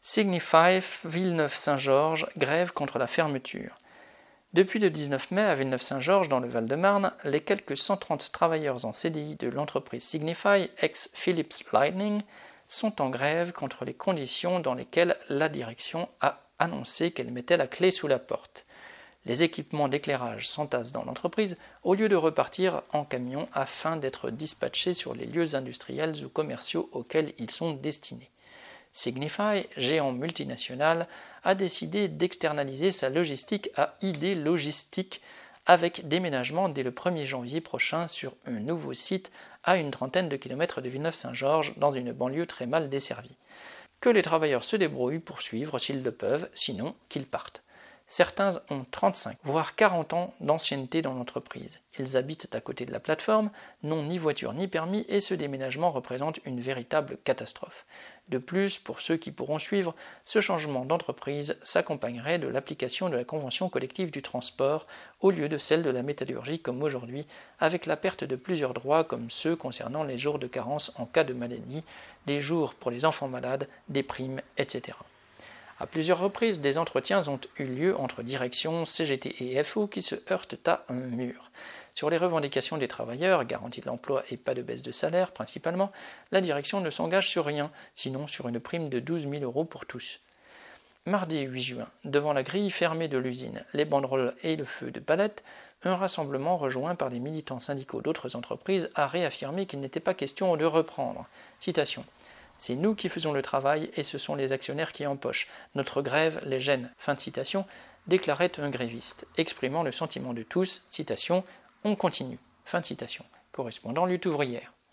Signify Villeneuve-Saint-Georges, grève contre la fermeture. Depuis le 19 mai à Villeneuve-Saint-Georges, dans le Val-de-Marne, les quelques 130 travailleurs en CDI de l'entreprise Signify, ex-Philips Lighting, sont en grève contre les conditions dans lesquelles la direction a annoncé qu'elle mettait la clé sous la porte. Les équipements d'éclairage s'entassent dans l'entreprise au lieu de repartir en camion afin d'être dispatchés sur les lieux industriels ou commerciaux auxquels ils sont destinés. Signify, géant multinational, a décidé d'externaliser sa logistique à ID Logistique avec déménagement dès le 1er janvier prochain sur un nouveau site à une trentaine de kilomètres de Villeneuve-Saint-Georges dans une banlieue très mal desservie. Que les travailleurs se débrouillent pour suivre s'ils le peuvent, sinon qu'ils partent. Certains ont 35, voire 40 ans d'ancienneté dans l'entreprise. Ils habitent à côté de la plateforme, n'ont ni voiture ni permis et ce déménagement représente une véritable catastrophe. De plus, pour ceux qui pourront suivre, ce changement d'entreprise s'accompagnerait de l'application de la convention collective du transport au lieu de celle de la métallurgie comme aujourd'hui, avec la perte de plusieurs droits comme ceux concernant les jours de carence en cas de maladie, des jours pour les enfants malades, des primes, etc. À plusieurs reprises, des entretiens ont eu lieu entre direction, CGT et FO qui se heurtent à un mur. Sur les revendications des travailleurs, garantie de l'emploi et pas de baisse de salaire principalement, la direction ne s'engage sur rien, sinon sur une prime de 12 000 € pour tous. Mardi 8 juin, devant la grille fermée de l'usine, les banderoles et le feu de palette, un rassemblement rejoint par des militants syndicaux d'autres entreprises a réaffirmé qu'il n'était pas question de reprendre. Citation. C'est nous qui faisons le travail et ce sont les actionnaires qui empochent. Notre grève les gêne. Fin de citation, déclarait un gréviste, exprimant le sentiment de tous, citation, on continue. Fin de citation. Correspondant Lutte ouvrière.